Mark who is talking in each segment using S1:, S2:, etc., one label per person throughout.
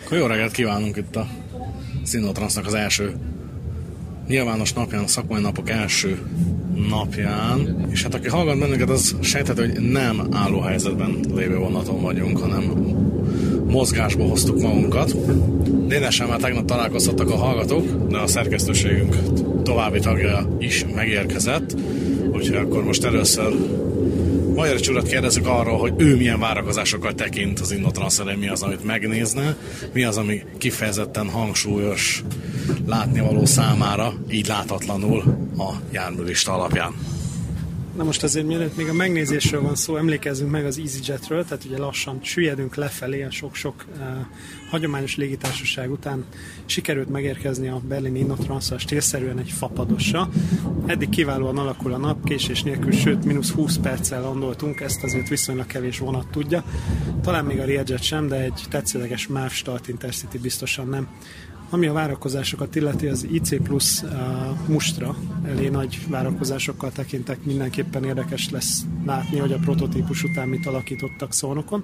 S1: Jó reggelt kívánunk itt a Innotransznak az első nyilvános napján, a szakmai napok első napján. És hát aki hallgat bennünket, az sejthető, hogy nem állóhelyzetben lévő vonaton vagyunk, hanem mozgásba hoztuk magunkat. Dénessel már tegnap találkozhattak a hallgatók, de a szerkesztőségünk további tagja is megérkezett. Úgyhogy akkor most először Majorics urat kérdezzük arról, hogy ő milyen várakozásokkal tekint az Innotranszra, mi az, amit megnézne, mi az, ami kifejezetten hangsúlyos látnivaló számára, így látatlanul a járműlista alapján.
S2: Na most azért mielőtt még a megnézésről van szó, emlékezzünk meg az EasyJetről, tehát ugye lassan süllyedünk lefelé a sok-sok hagyományos légitársaság után sikerült megérkezni a berlini Innotranszra, stílszerűen egy fapadosra. Eddig kiválóan alakul a nap, késés nélkül, sőt mínusz 20 perccel landoltunk, ezt azért viszonylag kevés vonat tudja. Talán még a Learjet sem, de egy tetszőleges MÁV Start Intercity biztosan nem. Ami a várakozásokat illeti, az IC Plus Mustra elé nagy várakozásokkal tekintek, mindenképpen érdekes lesz látni, hogy a prototípus után mit alakítottak Szolnokon.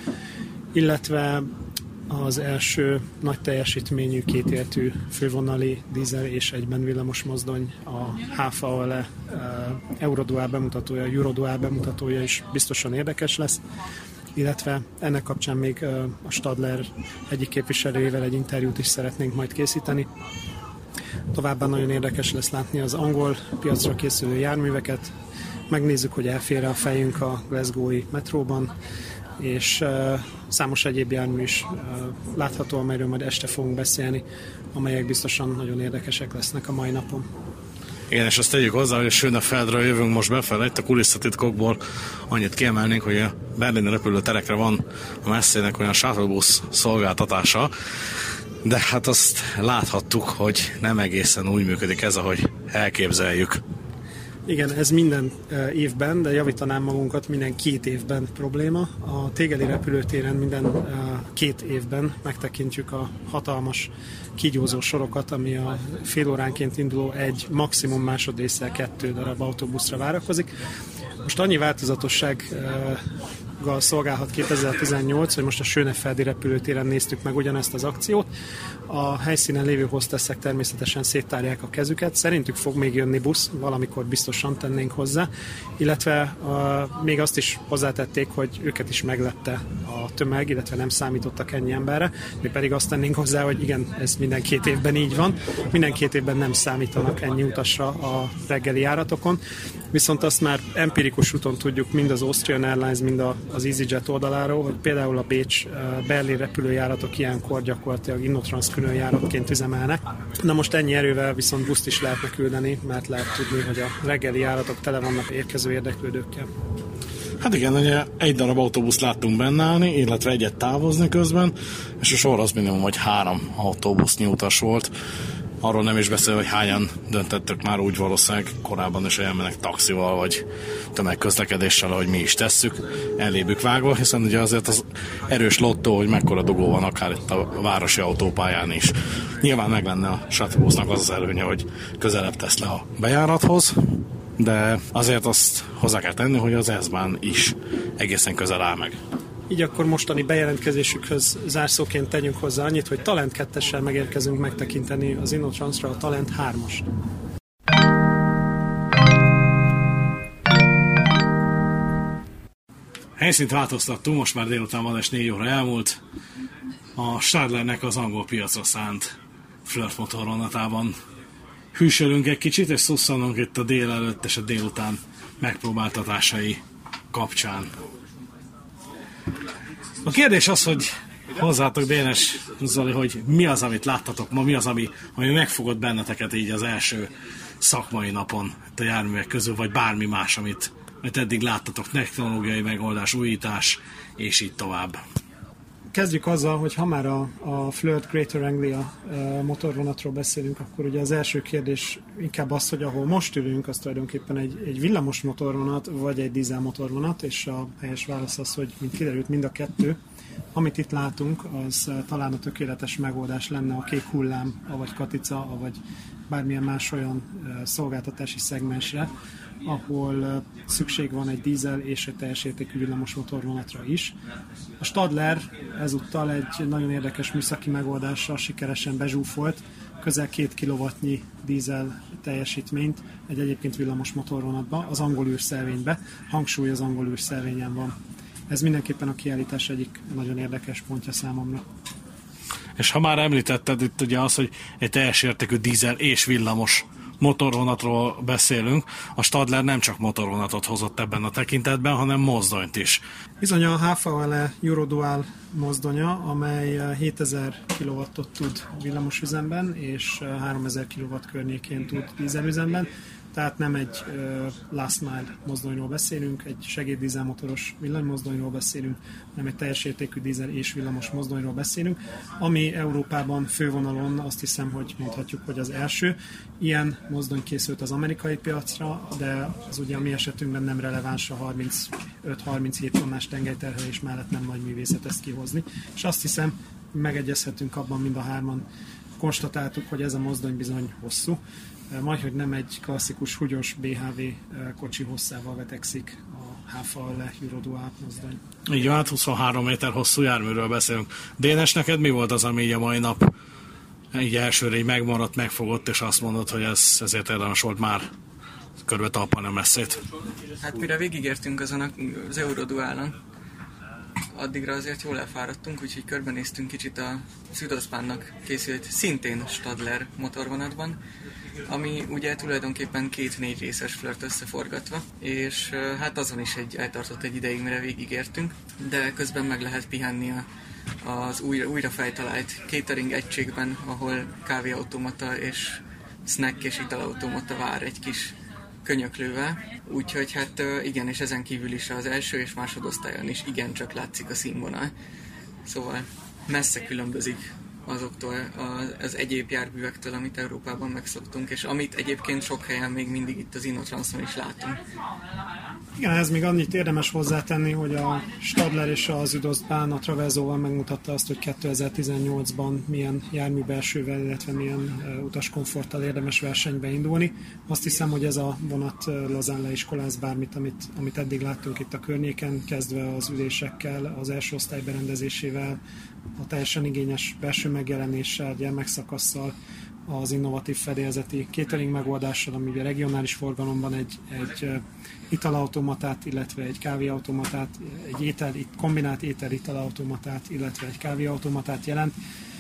S2: Illetve az első nagy teljesítményű kétéltű fővonali dízel és egyben villamos mozdony, a HVLE Eurodual bemutatója, Eurodual bemutatója is biztosan érdekes lesz. Illetve ennek kapcsán még a Stadler egyik képviselőjével egy interjút is szeretnénk majd készíteni. Továbbá nagyon érdekes lesz látni az angol piacra készülő járműveket. Megnézzük, hogy elfér a fejünk a Glasgow-i metróban, és számos egyéb jármű is látható, amelyről majd este fogunk beszélni, amelyek biztosan nagyon érdekesek lesznek a mai napon.
S1: Igen, és azt tegyük hozzá, hogy a Schönefeldről jövünk most befelé, itt a kulisszatitkokból annyit kiemelnénk, hogy a berlini repülőterekre van a messzének olyan shuttlebus szolgáltatása, de hát azt láthattuk, hogy nem egészen úgy működik ez, ahogy elképzeljük.
S2: Igen, ez minden évben, de javítanám magunkat, minden 2 évben probléma. A Tegeli repülőtéren minden 2 évben megtekintjük a hatalmas kígyózó sorokat, ami a fél óránként induló egy, maximum másodésszel 2 darab autóbuszra várakozik. Most annyi változatossággal szolgálhat 2018, hogy most a Schönefeldi repülőtéren néztük meg ugyanezt az akciót. A helyszínen lévő hostessek természetesen széttárják a kezüket. Szerintük fog még jönni busz, valamikor biztosan tennénk hozzá. Illetve még azt is hozzátették, hogy őket is meglepte a tömeg, illetve nem számítottak ennyi emberre. Mi pedig azt tennénk hozzá, hogy igen, ez minden 2 évben így van. Minden 2 évben nem számítanak ennyi utasra a reggeli járatokon. Viszont azt már empirikus úton tudjuk mind az Austrian Airlines, mind az EasyJet oldaláról, hogy például a Bécs-Berlin repülőjáratok ilyenkor gyakorlatilag Innotransz külön járatként üzemelnek. Na most ennyi erővel viszont buszt is lehetne küldeni, mert lehet tudni, hogy a reggeli járatok tele vannak érkező érdeklődőkkel.
S1: Hát igen, ugye egy darab autóbusz láttunk benne állni, illetve egyet távozni közben, és a sor az minimum, hogy 3 autóbusznyi utas volt. Arról nem is beszél, hogy hányan döntettek már úgy valószínűleg korábban is, hogy elmennek taxival, vagy tömegközlekedéssel, ahogy mi is tesszük, elébük vágva, hiszen ugye azért az erős lottó, hogy mekkora dugó van akár itt a városi autópályán is. Nyilván meg lenne a shuttlebusnak az előnye, hogy közelebb tesz le a bejárathoz, de azért azt hozzá kell tenni, hogy az S-Bahn is egészen közel áll meg.
S2: Így akkor mostani bejelentkezésükhöz zárszóként tegyünk hozzá annyit, hogy Talent 2-essel megérkezünk megtekinteni az Innotranszra a Talent 3-as.
S1: Helyszínt változtattunk, most már délután van és 4 óra elmúlt. A Stadlernek az angol piacra szánt Flirt motorvonatában hűsölünk egy kicsit, és szusszanunk itt a délelőtt és a délután megpróbáltatásai kapcsán. A kérdés az, hogy hozzátok Dénes Zoli, hogy mi az, amit láttatok ma, mi az, ami megfogott benneteket így az első szakmai napon a járművek közül, vagy bármi más, amit eddig láttatok, technológiai megoldás, újítás, és így tovább.
S2: Kezdjük azzal, hogy ha már a Flirt Greater Anglia motorvonatról beszélünk, akkor ugye az első kérdés inkább az, hogy ahol most ülünk, az tulajdonképpen egy villamos motorvonat, vagy egy dízel motorvonat, és a helyes válasz az, hogy mint kiderült, mind a kettő. Amit itt látunk, az talán a tökéletes megoldás lenne a kék hullám, avagy katica, avagy bármilyen más olyan szolgáltatási szegmensre, ahol szükség van egy dízel és egy teljes értékű villamos motorvonatra is. A Stadler ezúttal egy nagyon érdekes műszaki megoldással sikeresen bezsúfolt közel 2 kW-nyi dízel teljesítményt egy egyébként villamos motorvonatba, az angol űrszelvénybe. Hangsúly az angol űrszelvényen van. Ez mindenképpen a kiállítás egyik nagyon érdekes pontja számomra.
S1: És ha már említetted itt ugye az, hogy egy teljes értékű dízel és villamos motorvonatról beszélünk, a Stadler nem csak motorvonatot hozott ebben a tekintetben, hanem mozdonyt is.
S2: Bizony a HVLE Eurodual mozdonya, amely 7000 kW-ot tud villamosüzemben, és 3000 kW környékén tud dízelüzemben. Tehát nem egy last mile mozdonyról beszélünk, egy segéddízelmotoros villanymozdonyról beszélünk, hanem egy teljes értékű dízel és villamos mozdonyról beszélünk, ami Európában fővonalon azt hiszem, hogy mondhatjuk, hogy az első. Ilyen mozdony készült az amerikai piacra, de az ugye a mi esetünkben nem releváns, a 35-37 tonnás tengelyterhelés mellett nem nagy művészet ezt kihozni. És azt hiszem, megegyezhetünk abban mind a hárman, konstatáltuk, hogy ez a mozdony bizony hosszú. Majdhogy nem egy klasszikus húgyos BHV kocsi hosszával vetekszik a HVLE Eurodual mozdony.
S1: Így van, 23 méter hosszú járműről beszélünk. Dénes, neked mi volt az, ami így a mai nap így elsőre így megmaradt, megfogott, és azt mondod, hogy ezért érdemes volt már körbe talpalni a messzét?
S3: Hát mire végigértünk azon az Eurodualon, addigra azért jól elfáradtunk, úgyhogy körbenéztünk kicsit a Südostbahnnak készült szintén Stadler motorvonatban, ami ugye tulajdonképpen 2-4 részes flört összeforgatva, és hát azon is eltartott egy ideig, mire végigértünk, de közben meg lehet pihenni az újra feltalált catering egységben, ahol kávéautomata és snack és italautomata vár egy kis könyöklővel. Úgyhogy hát igen, és ezen kívül is az első és másodosztályon is igencsak látszik a színvonal. Szóval messze különbözik azoktól az egyéb járművektől, amit Európában megszoktunk, és amit egyébként sok helyen még mindig itt az Innotranszon is látunk.
S2: Igen, ez még annyit érdemes hozzátenni, hogy a Stadler és az Südostbahn a Traverzóval megmutatta azt, hogy 2018-ban milyen járműbelsővel, illetve milyen utaskomforttal érdemes versenybe indulni. Azt hiszem, hogy ez a vonat lazán leiskoláz bármit, amit eddig láttunk itt a környéken, kezdve az ülésekkel, az első osztály berendezésével, a teljesen igényes belső megjelenéssel, gyermekszakasszal, az innovatív fedélzeti catering megoldással, ami ugye regionális forgalomban egy italautomatát, illetve egy kávéautomatát, egy kombinált étel-italautomatát, illetve egy kávéautomatát jelent.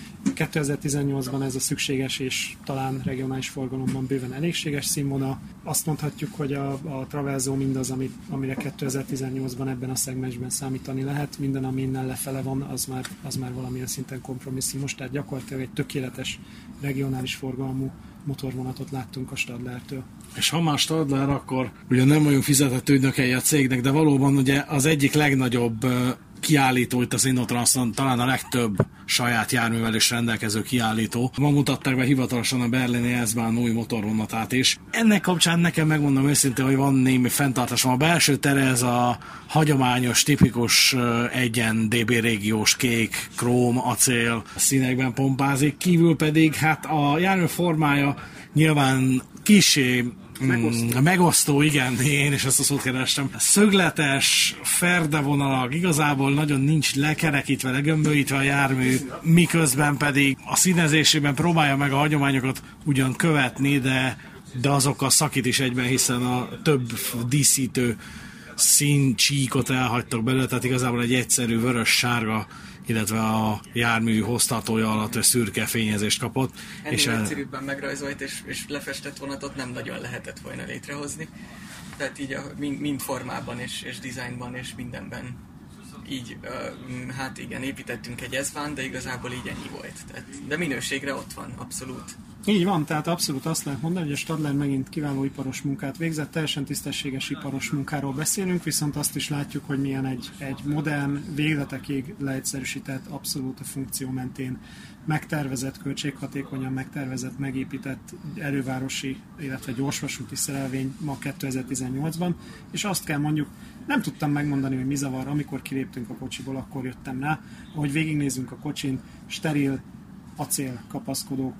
S2: 2018-ban ez a szükséges és talán regionális forgalomban bőven elégséges színvonal. Azt mondhatjuk, hogy a Traverzo mindaz, amire 2018-ban ebben a szegmensben számítani lehet, minden, ami innen lefele van, az már valamilyen szinten kompromisszumos, tehát gyakorlatilag egy tökéletes regionális forgalmú motorvonatot láttunk a Stadlertől.
S1: És ha már Stadler, akkor ugye nem vagyunk fizetett ügynökei a cégnek, de valóban ugye az egyik legnagyobb kiállító itt az Innotranszon, talán a legtöbb saját járművel is rendelkező kiállító. Ma mutatták be hivatalosan a berlini S-Bahn új motorvonatát is. Ennek kapcsán nekem megmondom őszintén, hogy van némi fenntartásom. A belső tere ez a hagyományos, tipikus egyen DB régiós kék, króm, acél színekben pompázik. Kívül pedig hát a jármű formája nyilván kissé megosztó, igen, én is ezt a szót kerestem. Szögletes, ferdevonalak, igazából nagyon nincs lekerekítve, legömbölyítve a jármű, miközben pedig a színezésében próbálja meg a hagyományokat ugyan követni, de azokkal szakít is egyben, hiszen a több díszítő színcsíkot elhagytak belőle, tehát igazából egy egyszerű vörös-sárga, illetve a jármű hoztatója alatt egy szürke fényezést kapott.
S3: Ennél egyszerűbben megrajzolt és lefestett vonatot nem nagyon lehetett volna létrehozni. Tehát így mind formában és dizájnban és mindenben így, hát igen, építettünk egy S-Bahn, de igazából így ennyi volt. Tehát, de minőségre ott van, abszolút.
S2: Így van, tehát abszolút azt lehet mondani, hogy a Stadler megint kiváló iparos munkát végzett, teljesen tisztességes iparos munkáról beszélünk, viszont azt is látjuk, hogy milyen egy modern, végletekig leegyszerűsített, abszolút a funkció mentén megtervezett, költséghatékonyan megtervezett, megépített erővárosi, illetve gyorsvasúti szerelvény ma 2018-ban, és azt kell mondjuk, nem tudtam megmondani, hogy mi zavar, amikor kiléptünk a kocsiból, akkor jöttem rá, ahogy végignézünk a kocsin, steril acél kapaszkodók,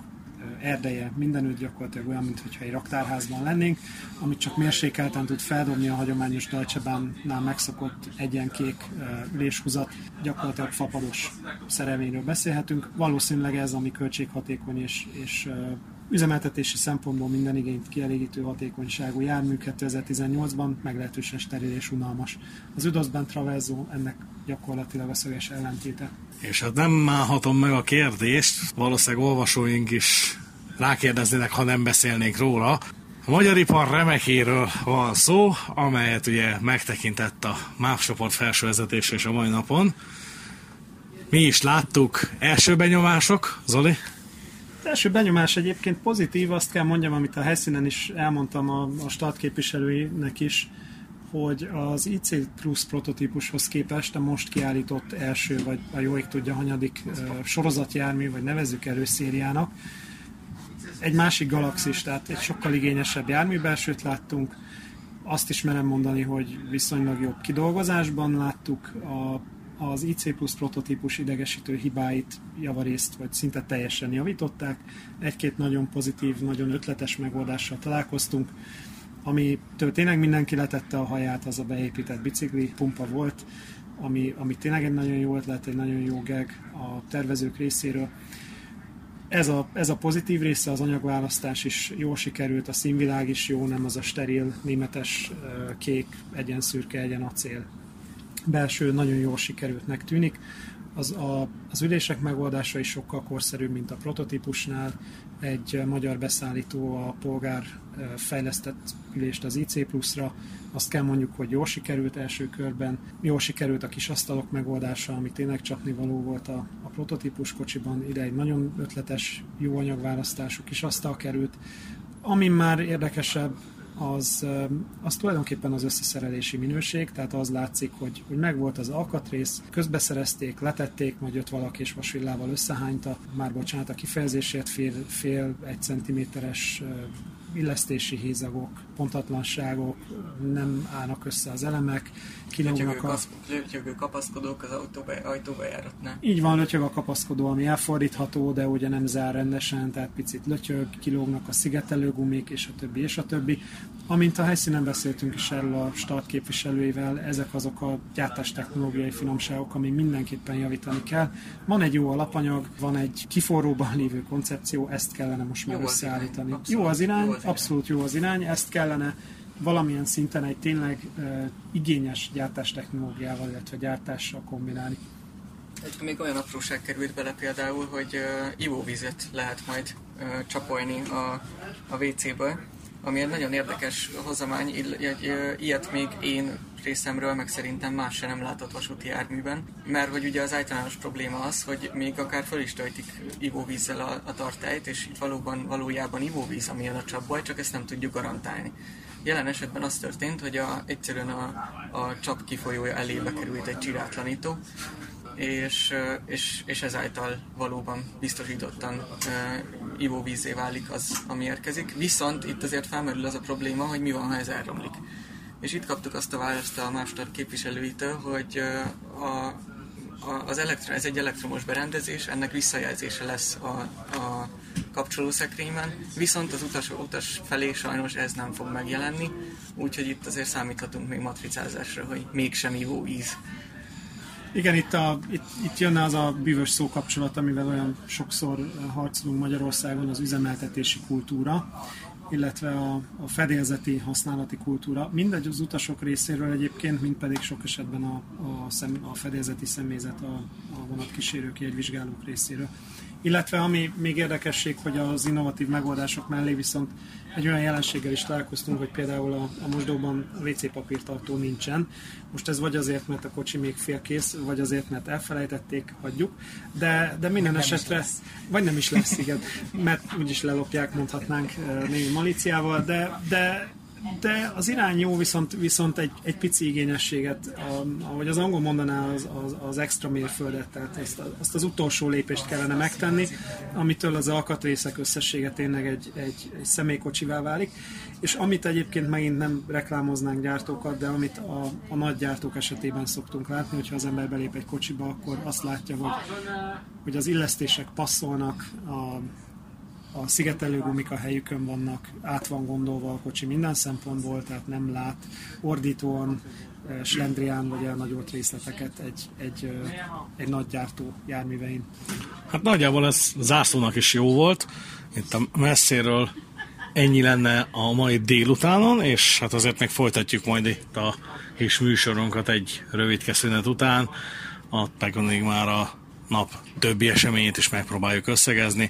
S2: erdeje, mindenütt gyakorlatilag olyan, mintha egy raktárházban lennénk, amit csak mérsékelten tud feldobni a hagyományos Deutsche Bahnnál megszokott egyenkék üléshúzat, gyakorlatilag fapados szerelvényről beszélhetünk. Valószínűleg ez, ami költséghatékony és üzemeltetési szempontból minden igényt kielégítő hatékonyságú jármű 2018-ban meglehetősen steril és unalmas. Az Üdozben Traverso ennek gyakorlatilag a szöges ellentéte.
S1: És hát nem állhatom meg a kérdést, valószínűleg olvasóink is rákérdeznének, ha nem beszélnék róla. A magyar ipar remekéről van szó, amelyet ugye megtekintett a MÁV csoport felsővezetés és a mai napon. Mi is láttuk. Első benyomások, Zoli?
S2: Az első benyomás egyébként pozitív, azt kell mondjam, amit a helyszínen is elmondtam a start képviselőinek is, hogy az IC Plus prototípushoz képest a most kiállított első, vagy a jó ég tudja hanyadik sorozatjármű, vagy nevezzük előszériának, egy másik galaxis, tehát egy sokkal igényesebb járműbelsőt láttunk. Azt is merem mondani, hogy viszonylag jobb kidolgozásban láttuk az IC Plus prototípus idegesítő hibáit javarészt, vagy szinte teljesen javították. Egy-két nagyon pozitív, nagyon ötletes megoldással találkoztunk. Amitől tényleg mindenki letette a haját, az a beépített bicikli pumpa volt, ami tényleg egy nagyon jó ötlet, egy nagyon jó gag a tervezők részéről. Ez a pozitív része, az anyagválasztás is jól sikerült, a színvilág is jó, nem az a steril, németes, kék, egyenszürke, egyenacél belső, nagyon jól sikerültnek tűnik. Az ülések megoldása is sokkal korszerűbb, mint a prototípusnál. Egy magyar beszállító a polgár fejlesztett ülést az IC Plus-ra. Azt kell mondjuk, hogy jól sikerült első körben. Jól sikerült a kis asztalok megoldása, ami tényleg csapnivaló volt a prototípus kocsiban. Ide egy nagyon ötletes, jó anyagválasztású kis asztal került. Ami már érdekesebb, az tulajdonképpen az összeszerelési minőség, tehát az látszik, hogy megvolt az alkatrész, közbeszerezték, letették, majd jött valaki és vasvillával összehányta, már bocsánat a kifejezésért, fél 1 centiméteres illesztési hézagok, pontatlanságok, nem állnak össze az elemek,
S3: lötyögő kapaszkodók az ajtóbejáratnál.
S2: Így van, lötyög a kapaszkodó, ami elfordítható, de ugye nem zár rendesen, tehát picit lötyög, kilógnak a szigetelőgumik, és a többi, és a többi. Amint a helyszínen beszéltünk is erről a start képviselőivel, ezek azok a gyártástechnológiai finomságok, ami mindenképpen javítani kell. Van egy jó alapanyag, van egy kiforróban lévő koncepció, ezt kellene most már összeállítani. Jó az irány, abszolút jó az irány, ezt kellene valamilyen szinten egy tényleg igényes gyártástechnológiával, illetve gyártással kombinálni.
S3: Még olyan apróság került bele például, hogy ivóvizet lehet majd csapolni a WC-ből, ami egy nagyon érdekes hozomány, ilyet még én részemről, meg szerintem más se nem látott vasúti járműben, mert hogy ugye az általános probléma az, hogy még akár föl is töltik ivóvízzel a tartályt, és itt valójában ivóvíz, ami jön a csapból, csak ezt nem tudjuk garantálni. Jelen esetben az történt, hogy egyszerűen a csap kifolyója elébe került egy csirátlanító, és ezáltal valóban biztosítottan ivóvízzé válik az, ami érkezik. Viszont itt azért felmerül az a probléma, hogy mi van, ha ez elromlik. És itt kaptuk azt a választ a MÁV Start képviselőitől, hogy ez egy elektromos berendezés, ennek visszajelzése lesz a kapcsolószekrényben, viszont az utas felé sajnos ez nem fog megjelenni, úgyhogy itt azért számíthatunk még matricázásra, hogy mégsem ivóvíz.
S2: Igen, itt jönne az a bűvös szókapcsolat, amivel olyan sokszor harcolunk Magyarországon, az üzemeltetési kultúra, illetve a fedélzeti használati kultúra. Mindegy az utasok részéről egyébként, mint pedig sok esetben a fedélzeti személyzet, a vonatkísérők, jegyvizsgálók részéről. Illetve ami még érdekesség, hogy az innovatív megoldások mellé viszont egy olyan jelenséggel is találkoztunk, hogy például a mosdóban WC papírtartó nincsen. Most ez vagy azért, mert a kocsi még félkész, vagy azért, mert elfelejtették, hagyjuk. De minden esetre, vagy nem is lesz, igen, mert úgyis lelopják, mondhatnánk némi malíciával, de az irány jó, viszont egy pici igényességet, ahogy az angol mondaná, az extra mérföldet, tehát azt az utolsó lépést kellene megtenni, amitől az alkatrészek összessége tényleg egy személykocsivá válik, és amit egyébként megint nem reklámoznánk gyártókat, de amit a nagy gyártók esetében szoktunk látni, hogyha az ember belép egy kocsiba, akkor azt látja, hogy az illesztések passzolnak, a szigetelőgumik a helyükön vannak, át van gondolva a kocsi minden szempontból, tehát nem lát ordítóan, slendrián vagy elnagyolt részleteket egy nagy gyártó járművein.
S1: Hát nagyjából ez zászlónak is jó volt. Itt a messziről ennyi lenne a mai délutánon, és hát azért még folytatjuk majd itt a kis műsorunkat egy rövidke szünet után. Ott pedig már a nap többi eseményét is megpróbáljuk összegezni.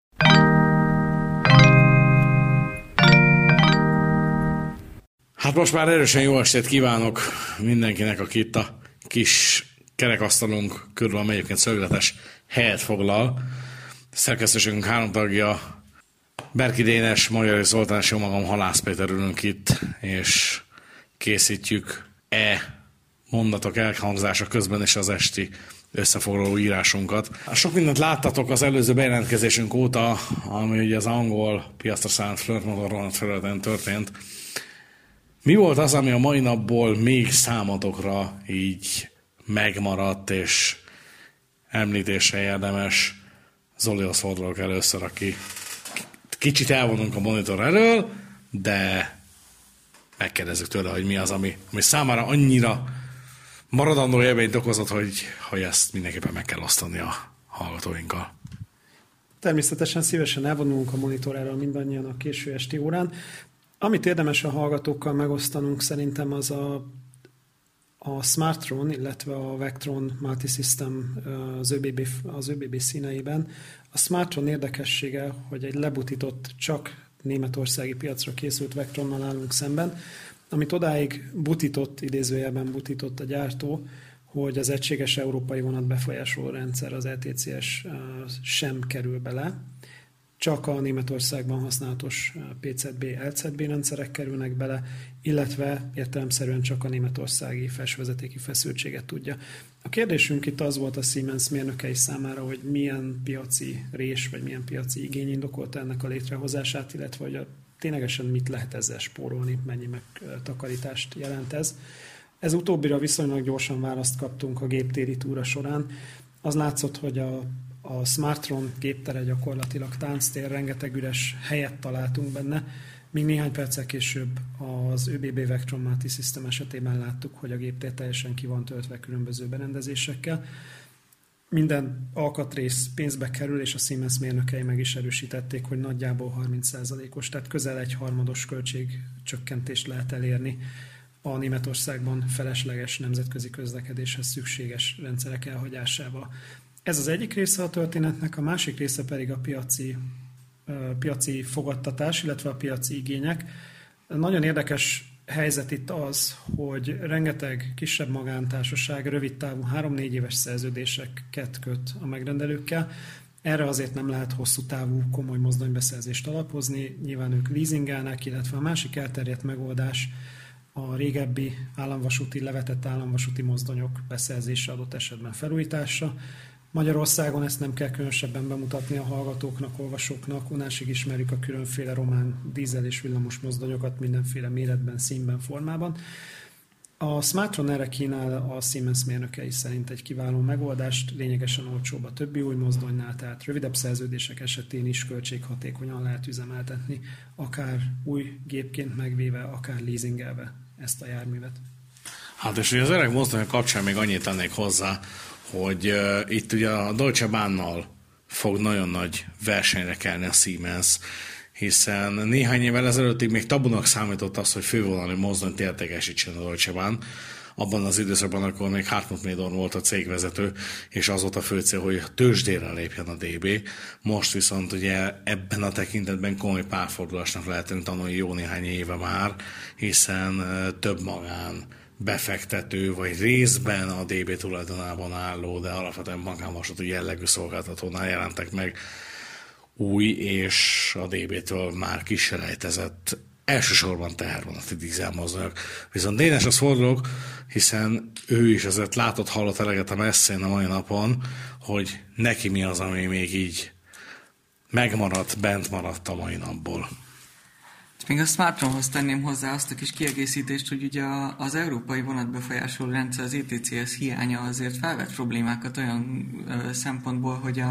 S1: Hát most már erősen jó estét kívánok mindenkinek, aki itt a kis kerekasztalunk körül, amely egyébként szögletes helyet foglal. Szerkesztőségünk 3 tagja, Berki Dénes, Magyar Zoltán és jó magam, Halász Péter ülünk itt, és készítjük mondatok elhangzása közben is az esti összefoglaló írásunkat. Sok mindent láttatok az előző bejelentkezésünk óta, ami ugye az angol piacra szánt Flirt Motorrad felületen történt. Mi volt az, ami a mai napból még számotokra így megmaradt, és említésre érdemes? Zolihoz fordulok először, aki kicsit elvonunk a monitor elől, de megkérdezzük tőle, hogy mi az, ami számára annyira maradandó élményt okozott, hogy ezt mindenképpen meg kell osztani a hallgatóinkkal.
S2: Természetesen szívesen elvonulunk a monitor elől mindannyian a késő esti órán. Amit érdemes a hallgatókkal megosztanunk, szerintem az a Smartron, illetve a Vectron Multisystem az ÖBB színeiben. A Smartron érdekessége, hogy egy lebutított, csak németországi piacra készült Vectronnal állunk szemben, amit odáig idézőjelben butított a gyártó, hogy az egységes európai vonat befolyásoló rendszer, az ETCS sem kerül bele. Csak a Németországban használatos PCB, LCB rendszerek kerülnek bele, illetve értelemszerűen csak a németországi felsővezetéki feszültséget tudja. A kérdésünk itt az volt a Siemens mérnökei számára, hogy milyen piaci rés, vagy milyen piaci igény indokolta ennek a létrehozását, illetve hogy ténylegesen mit lehet ezzel spórolni, mennyi megtakarítást jelent ez. Ez utóbbira viszonylag gyorsan választ kaptunk a géptéri túra során. Az látszott, hogy a Smartron géptere gyakorlatilag tánctér, rengeteg üres helyet találtunk benne, míg néhány perccel később az ÖBB Vectron Multisystem esetében láttuk, hogy a géptér teljesen ki van töltve különböző berendezésekkel. Minden alkatrész pénzbe kerül, és a Siemens mérnökei meg is erősítették, hogy nagyjából 30%-os, tehát közel 1/3 költségcsökkentést lehet elérni a Németországban felesleges nemzetközi közlekedéshez szükséges rendszerek elhagyásával. Ez az egyik része a történetnek, a másik része pedig a piaci fogadtatás, illetve a piaci igények. Nagyon érdekes helyzet itt az, hogy rengeteg kisebb magántársaság rövidtávú 3-4 éves szerződéseket köt a megrendelőkkel. Erre azért nem lehet hosszú távú komoly mozdonybeszerzést alapozni, nyilván ők leasingelnek, illetve a másik elterjedt megoldás a régebbi levetett államvasúti mozdonyok beszerzése, adott esetben felújítása. Magyarországon ezt nem kell különösebben bemutatni a hallgatóknak, olvasóknak. Unásig ismerjük a különféle román dízel és villamos mozdonyokat mindenféle méretben, színben, formában. A Smartron erre kínál a Siemens mérnökei szerint egy kiváló megoldást, lényegesen olcsóbb a többi új mozdonynál, tehát rövidebb szerződések esetén is költséghatékonyan lehet üzemeltetni, akár új gépként megvéve, akár leasingelve ezt a járművet.
S1: Hát és az öreg mozdonyok kapcsán még annyit tennék hozzá, hogy itt ugye a Deutsche Bahnnal fog nagyon nagy versenyre kelni a Siemens, hiszen néhány évvel ezelőttig még tabunak számított az, hogy fővonalú mozdonyt értékesítsen a Deutsche Bahn. Abban az időszakban, akkor még Hartmut Médorn volt a cégvezető, és az volt a fő cél, hogy tőzsdére lépjen a DB. Most viszont ugye ebben a tekintetben komoly párfordulásnak lehetünk tanulni jó néhány éve már, hiszen több magán befektető, vagy részben a DB tulajdonában álló, de alapvetően magánvasúti jellegű szolgáltatónál jelentek meg új, és a DB-től már kiselejtezett elsősorban tehervonati dízelmozdonyok. Viszont Déneshez fordulok, hiszen ő is azért látott, hallott eleget a messzén a mai napon, hogy neki mi az, ami még így megmaradt, bent maradt a mai napból.
S3: Még a Smartronhoz tenném hozzá azt a kis kiegészítést, hogy ugye az európai vonatbefolyásoló rendszer, az ETCS hiánya azért felvet problémákat olyan szempontból, hogy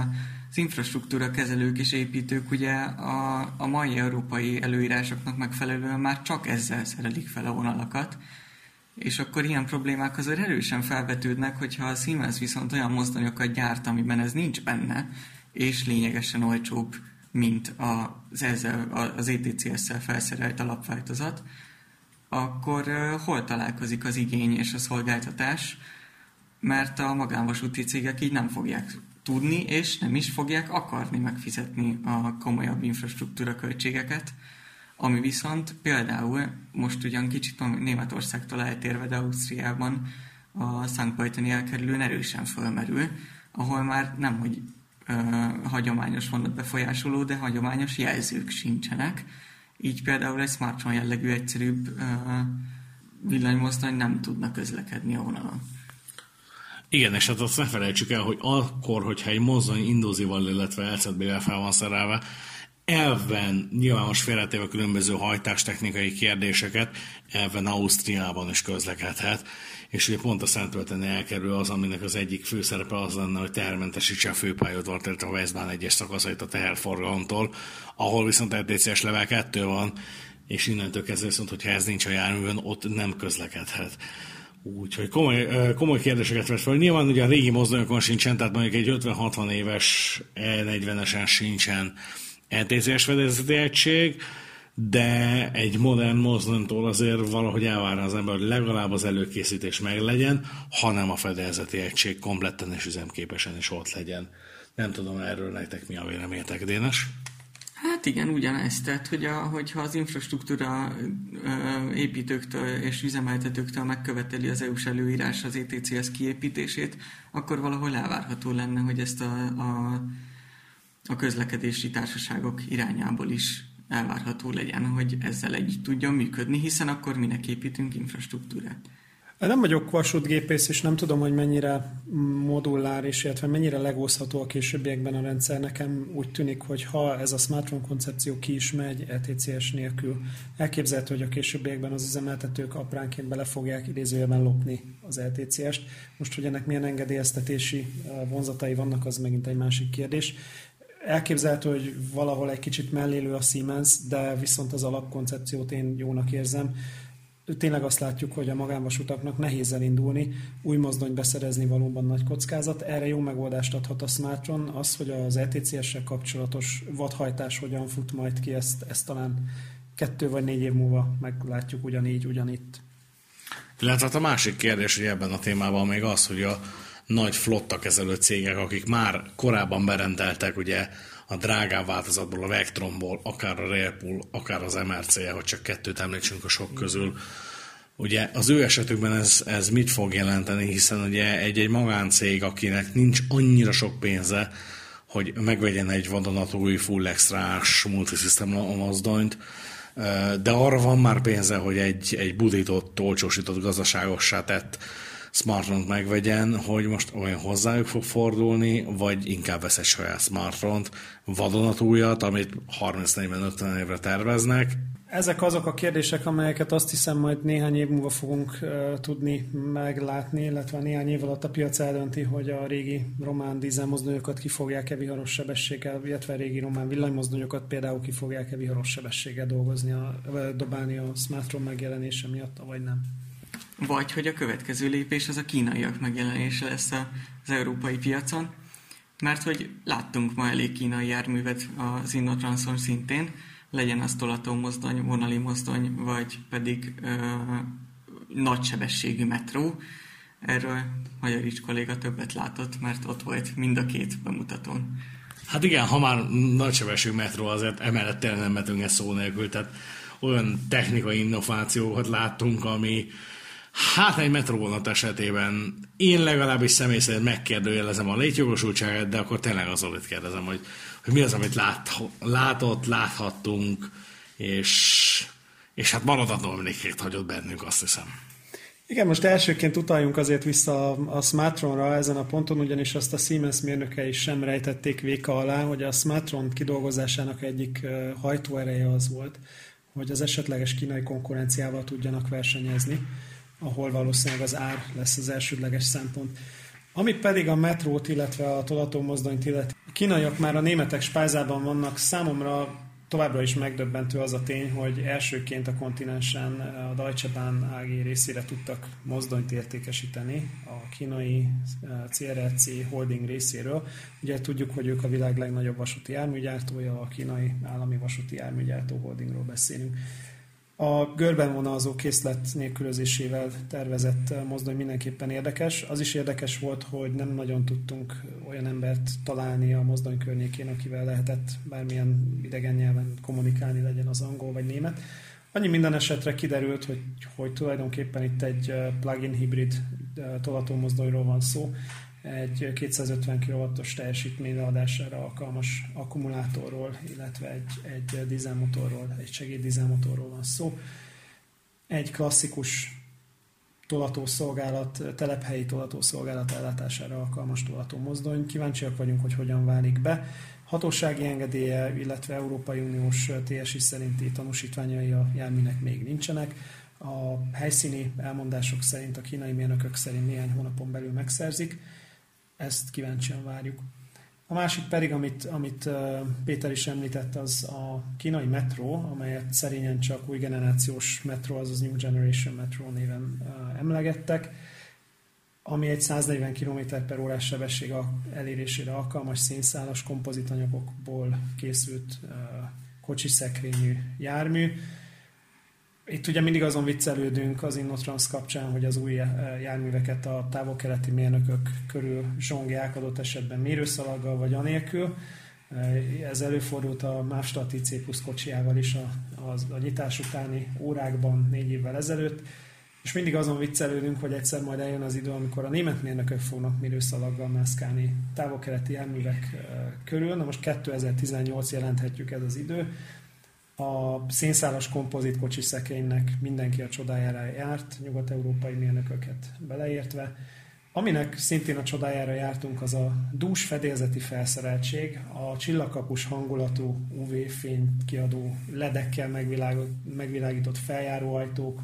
S3: az infrastruktúra kezelők és építők ugye a mai európai előírásoknak megfelelően már csak ezzel szerelik fel a vonalakat, és akkor ilyen problémák azért erősen felvetődnek, hogyha a Siemens viszont olyan mozdonyokat gyárt, amiben ez nincs benne, és lényegesen olcsóbb, mint az ETCS-szel felszerelt alapváltozat, akkor hol találkozik az igény és a szolgáltatás, mert a magánvasúti cégek így nem fogják tudni, és nem is fogják akarni megfizetni a komolyabb infrastruktúra költségeket, ami viszont például most ugyan kicsit Németországtól eltérve, de Ausztriában a Szentpajtani elkerülőn erősen fölmerül, ahol már nemhogy hagyományos vonatbefolyásoló, de hagyományos jelzők sincsenek. Így például egy smartphone jellegű egyszerűbb villanymozdony nem tudna közlekedni a vonalon.
S1: Igen, és hát azt ne felejtsük el, hogy akkor, hogyha egy mozdony indózival, illetve LZB-vel fel van szerelve, elven nyilván most félretéve különböző hajtástechnikai kérdéseket, elven Ausztriában is közlekedhet, és ugye pont a Szentpölteni elkerül az, aminek az egyik főszerepe az lenne, hogy tehermentesítse a főpályaudvart, illetve a Westbahn egyes szakaszait a teherforgalomtól, ahol viszont ETCS level 2 van, és innentől kezdve viszont, hogyha ez nincs a járművön, ott nem közlekedhet. Úgyhogy komoly kérdéseket vett fel. Nyilván ugye a régi mozdonyokon sincsen, tehát mondjuk egy 50-60 éves E40-esen sincsen ETCS fedélzeti egység, de egy modern mozdonytól azért valahogy elvárna az ember, hogy legalább az előkészítés meglegyen, hanem a fedélzeti egység kompletten és üzemképesen is ott legyen. Nem tudom, erről nektek mi a véleményetek, Dénes?
S3: Hát igen, ugyanez. Tehát, hogyha az infrastruktúra építőktől és üzemeltetőktől megköveteli az EU-s előírás az ETCS kiépítését, akkor valahol elvárható lenne, hogy ezt a közlekedési társaságok irányából is elvárható legyen, hogy ezzel együtt tudjon működni, hiszen akkor minek építünk infrastruktúrát.
S2: Nem vagyok vasútgépész, és nem tudom, hogy mennyire moduláris, illetve mennyire legózható a későbbiekben a rendszer. Nekem úgy tűnik, hogy ha ez a smartphone koncepció ki is megy ETCS nélkül, elképzelhető, hogy a későbbiekben az üzemeltetők apránként bele fogják idézőjelben lopni az ETCS-t. Most, hogy ennek milyen engedélyeztetési vonzatai vannak, az megint egy másik kérdés. Elképzelhető, hogy valahol egy kicsit mellélő a Siemens, de viszont az alapkoncepciót én jónak érzem. Tényleg azt látjuk, hogy a magánvasutaknak nehéz elindulni, új mozdony beszerezni valóban nagy kockázat. Erre jó megoldást adhat a smartphone, az, hogy az ETCS-sel kapcsolatos vadhajtás hogyan fut majd ki, ezt talán 2 vagy 4 év múlva meglátjuk ugyanitt.
S1: Illetve a másik kérdés, hogy ebben a témában még az, hogy a nagy flotta kezelő cégek, akik már korábban berendeltek ugye a drágább változatból, a Vectronból, akár a Railpool, akár az MRC, hogy csak 2 említsünk a sok közül. Ugye az ő esetükben ez mit fog jelenteni, hiszen ugye egy magáncég, akinek nincs annyira sok pénze, hogy megvegyen egy vadonatúj full extrás multisystem mozdonyt, de arra van már pénze, hogy egy budított, olcsósított, gazdaságossá tett smartphone-t megvegyen, hogy most olyan hozzájuk fog fordulni, vagy inkább vesz egy saját smartphone-t, vadonatújat, amit 30-40-50 évre terveznek.
S2: Ezek azok a kérdések, amelyeket azt hiszem majd néhány év múlva fogunk tudni meglátni, illetve néhány év alatt a piac eldönti, hogy a régi román dízelmozdonyokat ki fogják-e viharos sebességgel, illetve a régi román villanymozdonyokat például ki fogják-e viharos sebességgel dobálni a smartphone megjelenése miatt, vagy nem.
S3: Vagy hogy a következő lépés az a kínaiak megjelenése lesz az európai piacon, mert hogy láttunk ma elég kínai járművet az Innotranson szintén, legyen az tolatómozdony, vonali mozdony, vagy pedig nagysebességű metró. Erről Magyarics kolléga többet látott, mert ott volt mind a 2 bemutatón.
S1: Hát igen, ha már nagysebességű metró, azért emellett tényleg nem metünk ezt szó nélkül, tehát olyan technikai innovációkat láttunk, ami hát egy metróvonat esetében én legalábbis személy szerint megkérdőjelezem a létjogosultságát, de akkor tényleg azon itt kérdezem, hogy mi az, amit láthattunk, és hát maradandó emlékét hagyott bennünk, azt hiszem.
S2: Igen, most elsőként utaljunk azért vissza a smartphone-ra ezen a ponton, ugyanis azt a Siemens mérnökei sem rejtették véka alá, hogy a smartphone kidolgozásának egyik hajtóereje az volt, hogy az esetleges kínai konkurenciával tudjanak versenyezni, ahol valószínűleg az ár lesz az elsődleges szempont. Ami pedig a metrót, illetve a tolatómozdonyt illeti, A kínaiak már a németek spájzában vannak. Számomra továbbra is megdöbbentő az a tény, hogy elsőként a kontinensen a Deutsche Bahn AG részére tudtak mozdonyt értékesíteni a kínai CRRC Holding részéről. Ugye tudjuk, hogy ők a világ legnagyobb vasúti járműgyártója, a kínai állami vasúti járműgyártó holdingról beszélünk. A görben vonalzó készlet nélkülözésével tervezett mozdony mindenképpen érdekes. Az is érdekes volt, hogy nem nagyon tudtunk olyan embert találni a mozdony környékén, akivel lehetett bármilyen idegen nyelven kommunikálni, legyen az angol vagy német. Annyi minden esetre kiderült, hogy tulajdonképpen itt egy plug-in hibrid tolatómozdonyról van szó, egy 250 kW-os teljesítményre adására alkalmas akkumulátorról, illetve egy dízelmotorról, egy segéddízelmotorról van szó. Egy klasszikus tolatószolgálat, telephelyi tolatószolgálat ellátására alkalmas tolatómozdony. Kíváncsiak vagyunk, hogy hogyan válik be. Hatósági engedélye, illetve Európai Uniós TSI szerinti tanúsítványai a járműnek még nincsenek. A helyszíni elmondások szerint, a kínai mérnökök szerint néhány hónapon belül megszerzik. Ezt kíváncsian várjuk. A másik pedig, amit Péter is említett, az a kínai metró, amelyet szerényen csak új generációs metró, azaz New Generation Metro néven emlegettek, ami egy 140 km/h sebesség elérésére alkalmas szénszálas kompozitanyagokból készült kocsiszekrényű jármű. Itt ugye mindig azon viccelődünk az Innotrans kapcsán, hogy az új járműveket a távol-keleti mérnökök körül zsongják, adott esetben mérőszalaggal vagy anélkül. Ez előfordult a MÁV Stati C+ kocsijával is a nyitás utáni órákban 4 évvel ezelőtt, és mindig azon viccelődünk, hogy egyszer majd eljön az idő, amikor a német mérnökök fognak mérőszalaggal mászkálni távol-keleti járművek körül. Na most 2018 jelenthetjük, ez az idő. A szénszálas kompozit kocsiszekrénynek mindenki a csodájára járt, nyugat-európai mérnököket beleértve. Aminek szintén a csodájára jártunk, az a dús fedélzeti felszereltség, a csillagkapus hangulatú UV-fényt kiadó ledekkel megvilágított feljáróajtók,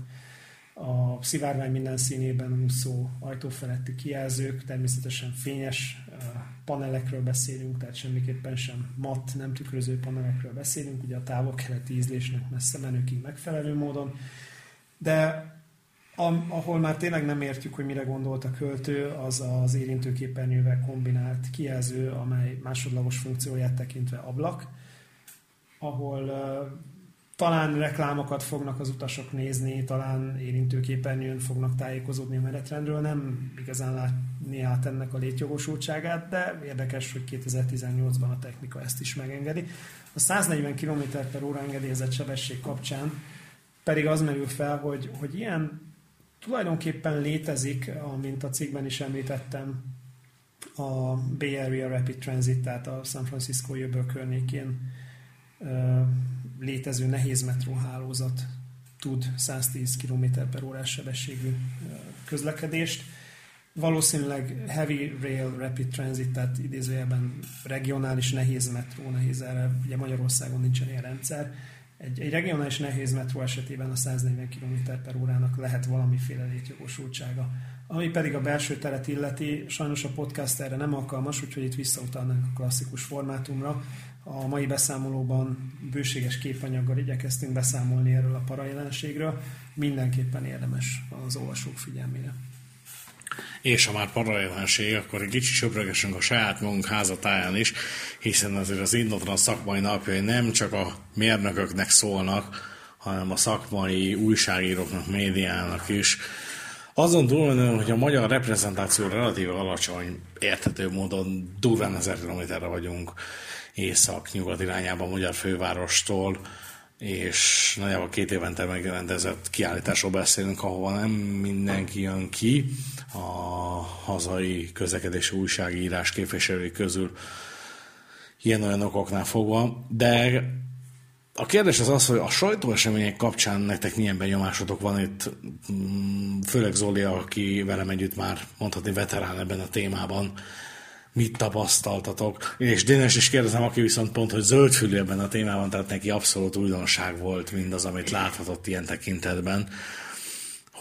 S2: a szivárvány minden színében úszó ajtófeletti kijelzők, természetesen fényes panelekről beszélünk, tehát semmiképpen sem matt, nem tükröző panelekről beszélünk, ugye a távol-keleti ízlésnek messze menőkig megfelelő módon, de ahol már tényleg nem értjük, hogy mire gondolt a költő, az az érintőképernyővel kombinált kijelző, amely másodlagos funkcióját tekintve ablak, ahol talán reklámokat fognak az utasok nézni, talán érintőképernyőn fognak tájékozódni a menetrendről, nem igazán látni át ennek a létjogosultságát, de érdekes, hogy 2018-ban a technika ezt is megengedi. A 140 km/h engedélyezett sebesség kapcsán pedig az merül fel, hogy ilyen tulajdonképpen létezik, amint a cikkben is említettem, a Bay Area Rapid Transit, tehát a San Francisco öböl környékén létező nehéz metróhálózat tud 110 km/h sebességű közlekedést. Valószínűleg Heavy Rail Rapid Transit, tehát idézőjelben regionális nehéz metró, nehéz erre, ugye Magyarországon nincsen ilyen rendszer. Egy regionális nehéz metró esetében a 140 km/h lehet valamiféle létjogosultsága. Ami pedig a belső teret illeti, sajnos a podcast erre nem alkalmas, úgyhogy itt visszautalnánk a klasszikus formátumra. A mai beszámolóban bőséges képanyaggal igyekeztünk beszámolni erről a parajelenségről. Mindenképpen érdemes az olvasók figyelmére.
S1: És ha már parajelenség, akkor egy kicsit söprögessünk a saját magunk házatáján is, hiszen azért az Innotrans szakmai napjai nem csak a mérnököknek szólnak, hanem a szakmai újságíróknak, médiának is. Azon túlmenően, hogy a magyar reprezentáció relatíve alacsony, érthető módon durván 1000 kilométerre vagyunk észak-nyugat irányában a magyar fővárostól, és nagyjából 2 évente megrendezett kiállításról beszélünk, ahova nem mindenki jön ki a hazai közlekedési újságírás képviselői közül ilyen-olyan okoknál fogva, de a kérdés az, hogy a sajtóesemények kapcsán nektek milyen benyomásotok van itt, főleg Zoli, aki velem együtt már mondhatni veterán ebben a témában, mit tapasztaltatok? És Dénes is kérdezem, aki viszont pont, hogy zöldfülű ebben a témában, tehát neki abszolút újdonság volt mindaz, amit láthatott ilyen tekintetben,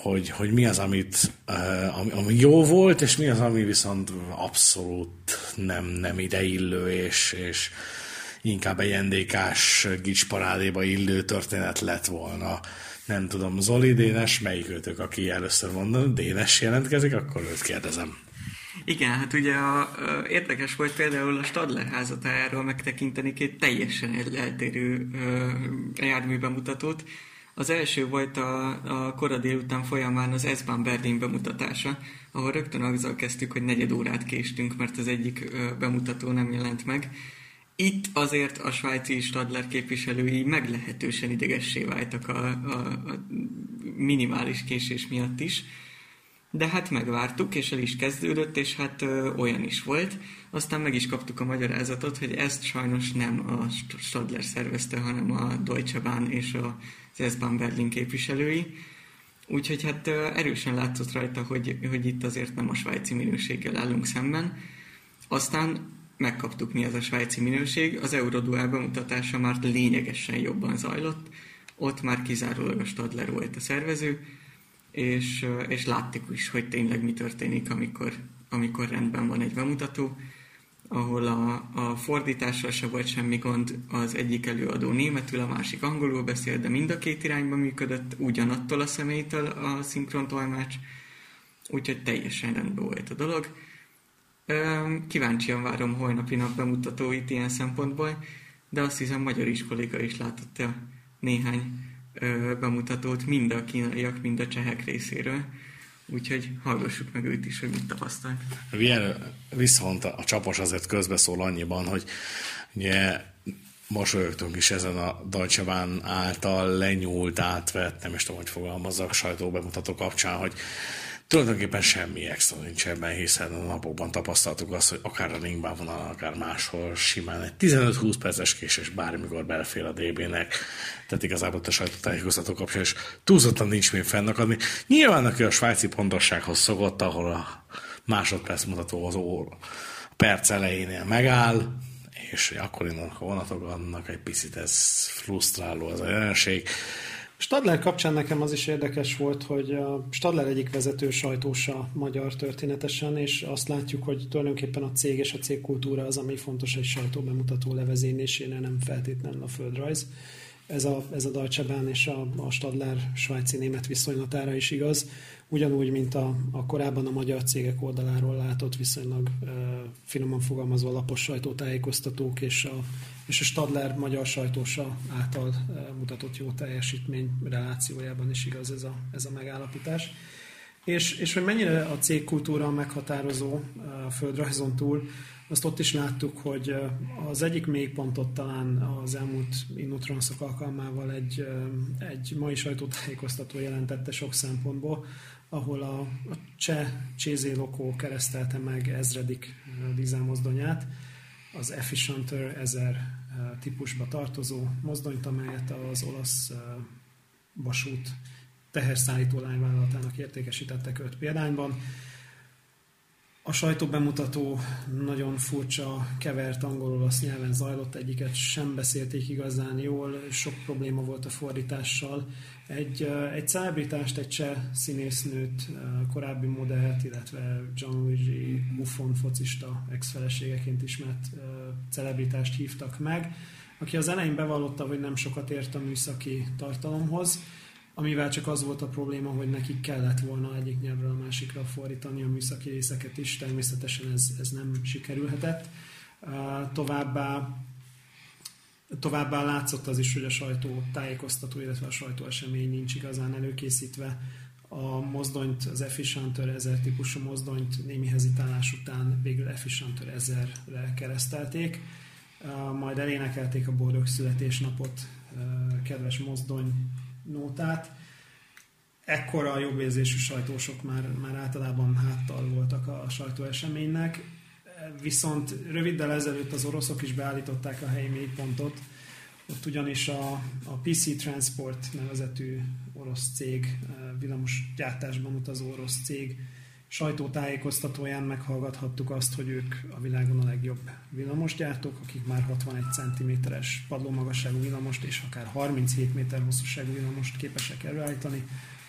S1: hogy mi az, ami jó volt, és mi az, ami viszont abszolút nem ideillő, és inkább egy NDK-s gicsparádéba illő történet lett volna. Nem tudom, Zoli, Dénes, melyik őtök, aki először mondom, Dénes jelentkezik, akkor őt kérdezem.
S3: Igen, hát ugye érdekes volt például a Stadler házatájáról megtekinteni két teljesen eltérő járműbemutatót. Az első volt a kora délután folyamán az S-Bahn Berlin bemutatása, ahol rögtön azzal kezdtük, hogy 4 órát késtünk, mert az egyik bemutató nem jelent meg. Itt azért a svájci Stadler képviselői meglehetősen idegessé váltak a minimális késés miatt is. De hát megvártuk, és el is kezdődött, és hát olyan is volt. Aztán meg is kaptuk a magyarázatot, hogy ezt sajnos nem a Stadler szervezte, hanem a Deutsche Bahn és az S-Bahn Berlin képviselői. Úgyhogy hát erősen látszott rajta, hogy itt azért nem a svájci minőséggel állunk szemben. Aztán megkaptuk, mi az a svájci minőség. Az Eurodual bemutatása már lényegesen jobban zajlott. Ott már kizárólag a Stadler volt a szervező, és láttuk is, hogy tényleg mi történik, amikor rendben van egy bemutató, ahol a fordítással se volt semmi gond, az egyik előadó németül, a másik angolul beszél, de mind a két irányba működött, ugyanattól a személytől a szinkrontolmács, úgyhogy teljesen rendben volt a dolog. Kíváncsian várom holnapi nap bemutatóit ilyen szempontból, de azt hiszem magyar kolléga is látott néhány bemutatót mind a kínaiak, mind a csehek részéről. Úgyhogy hallgassuk meg őt is, hogy mit tapasztalt.
S1: Viszont a csapos azért közbeszól annyiban, hogy ugye mosolyogtunk is ezen a Deutsche Bahn által lenyúlt, átvett, nem is tudom, hogy fogalmazzak, sajtóbemutató kapcsán, hogy tulajdonképpen semmi extra nincs ebben, hiszen a napokban tapasztaltuk azt, hogy akár a ringbán vonalon, akár máshol simán egy 15-20 perces késés bármikor belefér a DB-nek. Tehát igazából a sajtótájékoztató kapcsán is túlzottan nincs még fennakadni. Nyilván, aki a svájci pontossághoz szokott, ahol a másodperc mutató az perc elejénél megáll, és akkor innen a vonatok annak egy picit ez frusztráló az a jelenség.
S2: Stadler kapcsán nekem az is érdekes volt, hogy a Stadler egyik vezető sajtósa magyar történetesen, és azt látjuk, hogy tulajdonképpen a cég és a cégkultúra az, ami fontos egy sajtóbemutató levezénylésénél, nem feltétlenül a földrajz. Ez a Deutsche Bahn és a Stadler svájci-német viszonylatára is igaz, ugyanúgy, mint a korábban a magyar cégek oldaláról látott viszonylag finoman fogalmazva lapos sajtótájékoztatók és a Stadler magyar sajtósa által mutatott jó teljesítmény relációjában is igaz ez a megállapítás. És hogy mennyire a cégkultúra meghatározó a földrajzon túl, azt ott is láttuk, hogy az egyik mélypontot talán az elmúlt Innotranszok alkalmával egy mai sajtótájékoztató jelentette sok szempontból, ahol a cseh Csézé Lokó keresztelte meg ezredik dízelmozdonyát, az Efficienter 1000 típusba tartozó mozdonyt, amelyet az olasz vasút teherszállító lányvállalatának értékesítettek 5 példányban. A sajtóbemutató nagyon furcsa, kevert angol-olasz nyelven zajlott, egyiket sem beszélték igazán jól, sok probléma volt a fordítással. Egy celebritást, egy cseh színésznőt, korábbi modellt, illetve Gianluigi Buffon focista ex-feleségeként ismert celebritást hívtak meg, aki az elején bevallotta, hogy nem sokat ért a műszaki tartalomhoz, amivel csak az volt a probléma, hogy nekik kellett volna egyik nyelvről a másikra fordítani a műszaki részeket is, természetesen ez nem sikerülhetett. Továbbá látszott az is, hogy a sajtó tájékoztató, illetve a sajtóesemény nincs igazán előkészítve. A mozdonyt, az Efficienter 1000 típusú mozdonyt némi hezitálás után végül Efficienter 1000-re keresztelték, majd elénekelték a boldog születésnapot, kedves mozdony nótát. Ekkor a jobbérzésű sajtósok már általában háttal voltak a sajtóeseménynek, viszont röviddel ezelőtt az oroszok is beállították a helyi mélypontot. Ott ugyanis a PC Transport nevezetű orosz cég, villamos gyártásban utazó orosz cég sajtótájékoztatóján meghallgathattuk azt, hogy ők a világon a legjobb villamosgyártók, akik már 61 cm-es padlómagasságú villamost és akár 37 méter hosszúságú villamost képesek előállítani,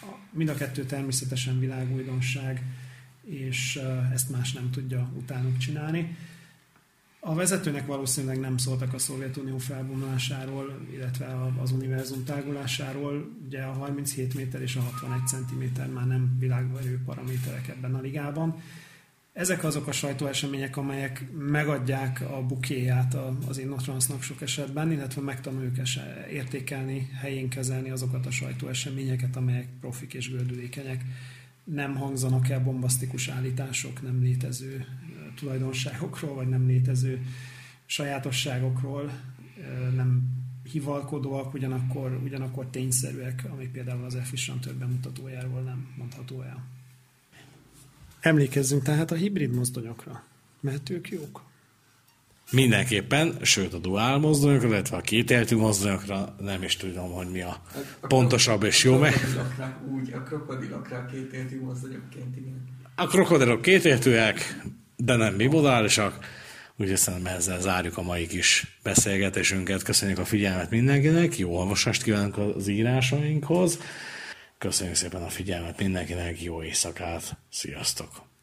S2: Mind a kettő természetesen világújdonság, és ezt más nem tudja utánuk csinálni. A vezetőnek valószínűleg nem szóltak a Szovjetunió felbomlásáról, illetve az univerzum tágulásáról. Ugye a 37 méter és a 61 cm már nem világverő paraméterek ebben a ligában. Ezek azok a sajtóesemények, amelyek megadják a bukéját az Innotransznak sok esetben, illetve megtanuljuk értékelni, helyén kezelni azokat a sajtóeseményeket, amelyek profik és gördülékenyek. Nem hangzanak el bombasztikus állítások, nem létező tulajdonságokról, vagy nem létező sajátosságokról, nem hivalkodóak, ugyanakkor tényszerűek, ami például az Efficient bemutatójáról nem mondható el. Emlékezzünk tehát a hibrid mozdonyokra, mert ők jók.
S1: Mindenképpen, sőt a duál mozdonyokra, illetve a kétéltű mozdonyokra nem is tudom, hogy mi a pontosabb és jó meg.
S3: A krokodilokra kétéltű mozdonyokként, igen.
S1: A krokodilok kétéltűek, de nem bimodálisak, úgyhogy szerintem ezzel zárjuk a mai kis beszélgetésünket. Köszönjük a figyelmet mindenkinek, jó olvasást kívánunk az írásainkhoz. Köszönjük szépen a figyelmet mindenkinek, jó éjszakát, sziasztok!